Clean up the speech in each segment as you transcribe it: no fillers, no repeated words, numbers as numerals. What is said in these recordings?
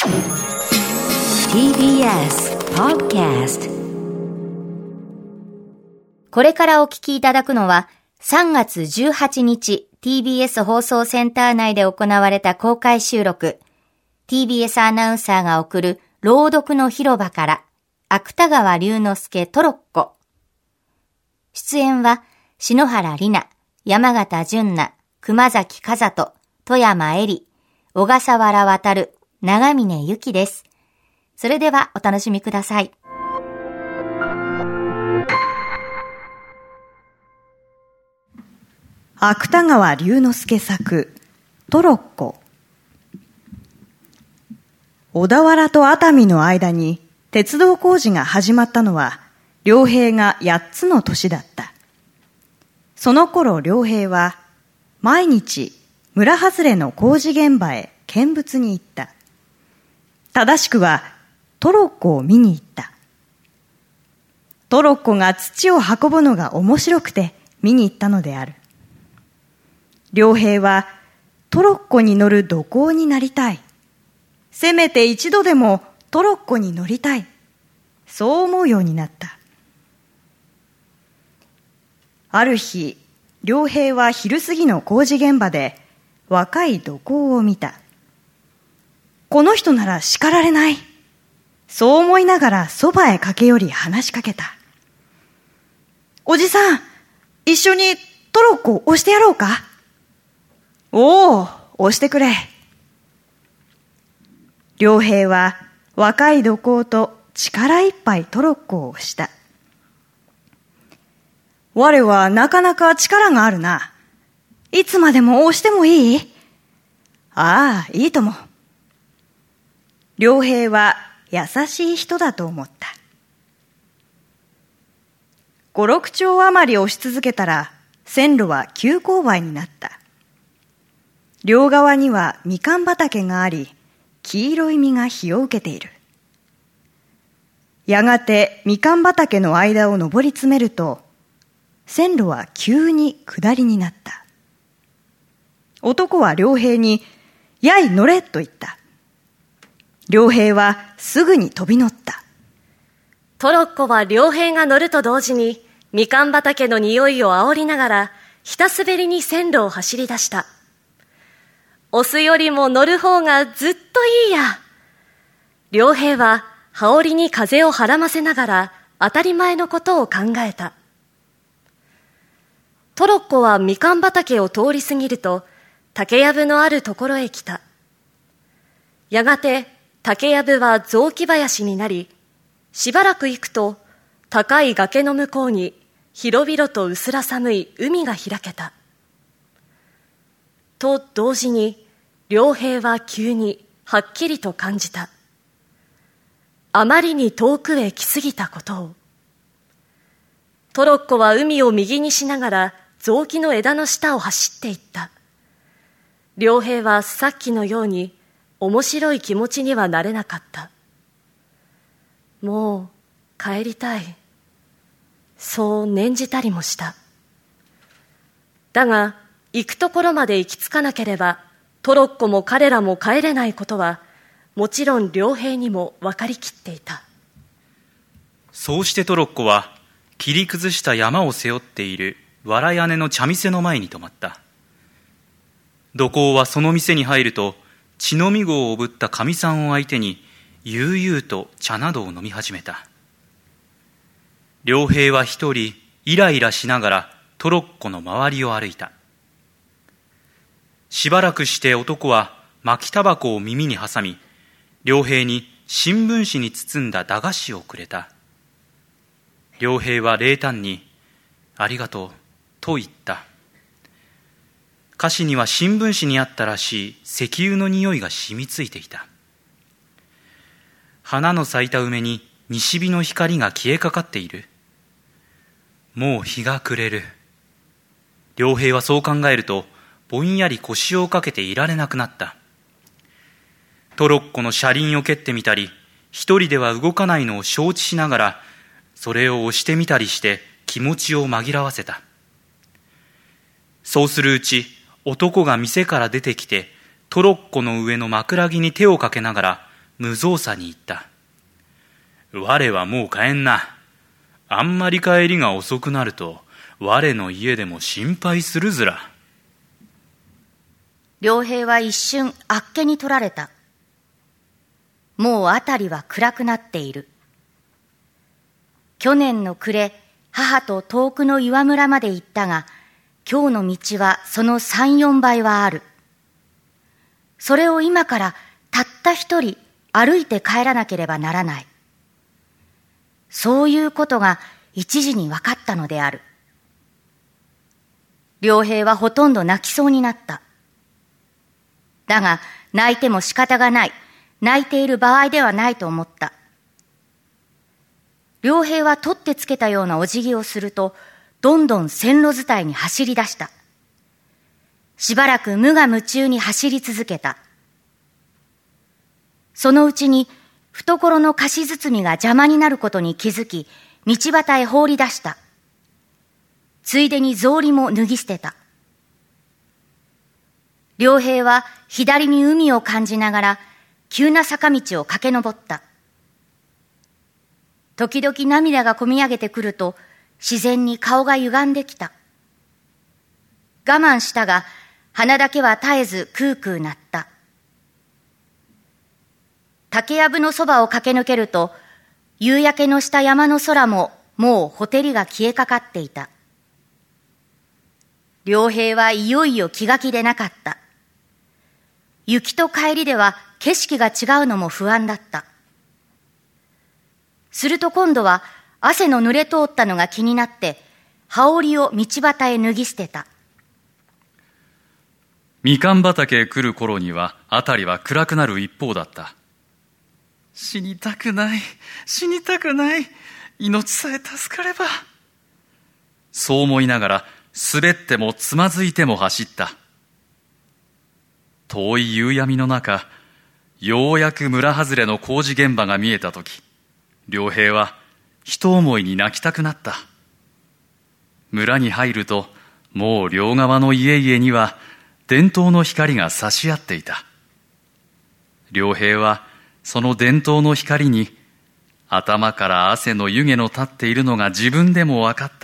TBS Podcast。 これからお聞きいただくのは3月18日 TBS 放送センター内で行われた公開収録、 TBS アナウンサーが送る朗読の広場から芥川龍之介トロッコ。出演は篠原里奈、山形純奈、熊崎和人、富山恵里、小笠原渉、長峰由紀です。それではお楽しみください。 芥川龍之介作トロッコ。小田原と熱海の間に鉄道工事が始まったのは良平が8つの年だった。その頃良平は毎日村外れの工事現場へ見物に行った。正しくはトロッコを見に行った。トロッコが土を運ぶのが面白くて見に行ったのである。良平はトロッコに乗る土工になりたい。せめて一度でもトロッコに乗りたい。そう思うようになった。ある日、良平は昼過ぎの工事現場で若い土工を見た。この人なら叱られない。そう思いながらそばへ駆け寄り話しかけた。おじさん、一緒にトロッコ押してやろうか。おお、押してくれ。良平は若い土工と力いっぱいトロッコを押した。我はなかなか力があるな。いつまでも押してもいい？ああ、いいとも。良平は優しい人だと思った。5、6丁余り押し続けたら線路は急勾配になった。両側にはみかん畑があり、黄色い実が日を受けている。やがてみかん畑の間を上り詰めると、線路は急に下りになった。男は良平に、やい乗れと言った。良平はすぐに飛び乗った。 トロッコは良平が乗ると同時にみかん畑の匂いを煽りながらひたすべりに線路を走り出した。押すよりも乗る方がずっといいや。良平は羽織に風をはらませながら当たり前のことを考えた。トロッコはみかん畑を通り過ぎると竹やぶのあるところへ来た。やがて竹やぶは雑木林になり、しばらく行くと高い崖の向こうに広々と薄ら寒い海が開けた。と同時に良平は急にはっきりと感じた。あまりに遠くへ来すぎたことを。トロッコは海を右にしながら雑木の枝の下を走っていった。良平はさっきのように面白い気持ちにはなれなかった。もう帰りたい。そう念じたりもした。だが行くところまで行き着かなければトロッコも彼らも帰れないことはもちろん良平にも分かりきっていた。 そうしてトロッコは切り崩した山を背負っている藁屋根の茶店の前に止まった。土工はその店に入ると血のみ子をおぶったかみさんを相手に悠々と茶などを飲み始めた。良平は一人イライラしながらトロッコの周りを歩いた。しばらくして男は巻きタバコを耳に挟み、良平に新聞紙に包んだ駄菓子をくれた。良平は冷淡に、ありがとうと言った。菓子には新聞紙にあったらしい石油の匂いが染みついていた。花の咲いた梅に西日の光が消えかかっている。もう日が暮れる。良平はそう考えると、ぼんやり腰をかけていられなくなった。トロッコの車輪を蹴ってみたり、一人では動かないのを承知しながら、それを押してみたりして気持ちを紛らわせた。そうするうち、男が店から出てきて、トロッコの上の枕木に手をかけながら、 無造作に言った。我はもう帰んな。あんまり帰りが遅くなると、我の家でも心配するずら。 良平は一瞬あっけに取られた。もうあたりは暗くなっている。去年の暮れ、母と遠くの岩村まで行ったが、今日の道はその3、4倍はある。それを今からたった一人歩いて帰らなければならない。そういうことが一時に分かったのである。良平はほとんど泣きそうになった。だが泣いても仕方がない。泣いている場合ではないと思った。良平は取ってつけたようなお辞儀をすると、どんどん線路伝いに走り出した。しばらく無我夢中に走り続けた。そのうちに懐の菓子包みが邪魔になることに気づき、道端へ放り出した。ついでに草履も脱ぎ捨てた。良平は左に海を感じながら急な坂道を駆け上った。時々涙がこみ上げてくると自然に顔が歪んできた。我慢したが鼻だけは絶えずクークー鳴った。竹やぶのそばを駆け抜けると、夕焼けのした山の空ももうほてりが消えかかっていた。良平はいよいよ気が気でなかった。行きと帰りでは景色が違うのも不安だった。すると今度は汗の濡れ通ったのが気になって、羽織を道端へ脱ぎ捨てた。 みかん畑へ来る頃には辺りは暗くなる一方だった。死にたくない、死にたくない、命さえ助かれば。そう思いながら滑ってもつまずいても走った。遠い夕闇の中、ようやく村外れの工事現場が見えたとき、良平は一思いに泣きたくなった。村に入ると、もう両側の家々には電灯の光が差し合っていた。良平はその電灯の光に頭から汗の湯気の立っているのが自分でも分かった。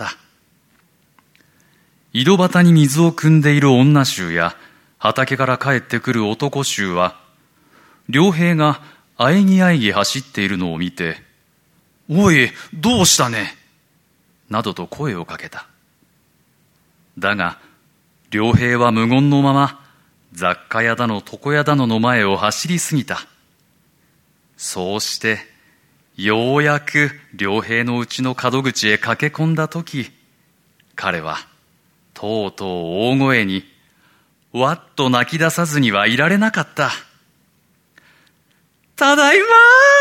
井戸端に水を汲んでいる女衆や畑から帰ってくる男衆は、良平があえぎあえぎ走っているのを見て、おい、どうしたねなどと声をかけた。だが良平は無言のまま雑貨屋だの床屋だのの前を走り過ぎた。そうしてようやく良平の家の門口へ駆け込んだとき、彼はとうとう大声にわっと泣き出さずにはいられなかった。ただいまー。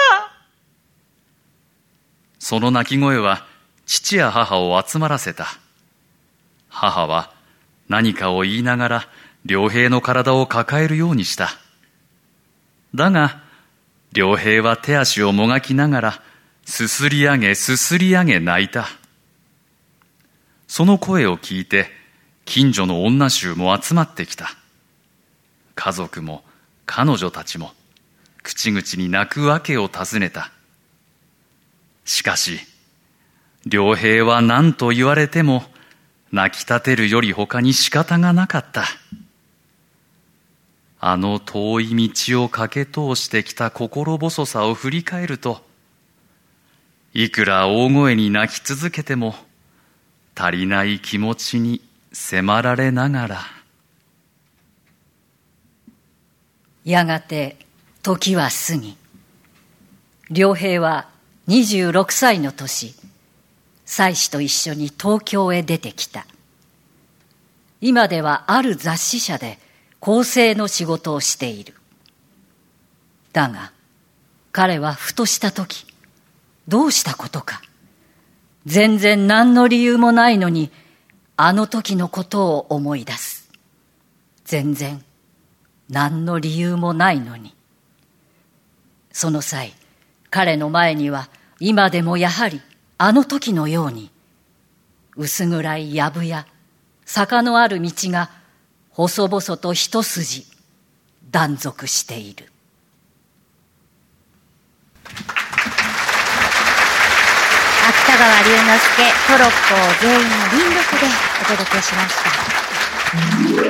その泣き声は父や母を集まらせた。母は何かを言いながら良平の体を抱えるようにした。だが良平は手足をもがきながらすすり上げすすり上げ泣いた。その声を聞いて近所の女衆も集まってきた。家族も彼女たちも口々に泣くわけを尋ねた。しかし良平は何と言われても泣き立てるより他に仕方がなかった。あの遠い道を駆け通してきた心細さを振り返ると、いくら大声に泣き続けても足りない気持ちに迫られながら。 やがて時は過ぎ、良平は26歳の年、妻子と一緒に東京へ出てきた。今ではある雑誌社で校正の仕事をしている。だが彼はふとしたとき、どうしたことか、全然何の理由もないのにあの時のことを思い出す。全然何の理由もないのに。その際、彼の前には今でもやはりあの時のように薄暗い藪や坂のある道が細々と一筋断続している。 川龍之介トロッコ全員の輪力でお届けしました。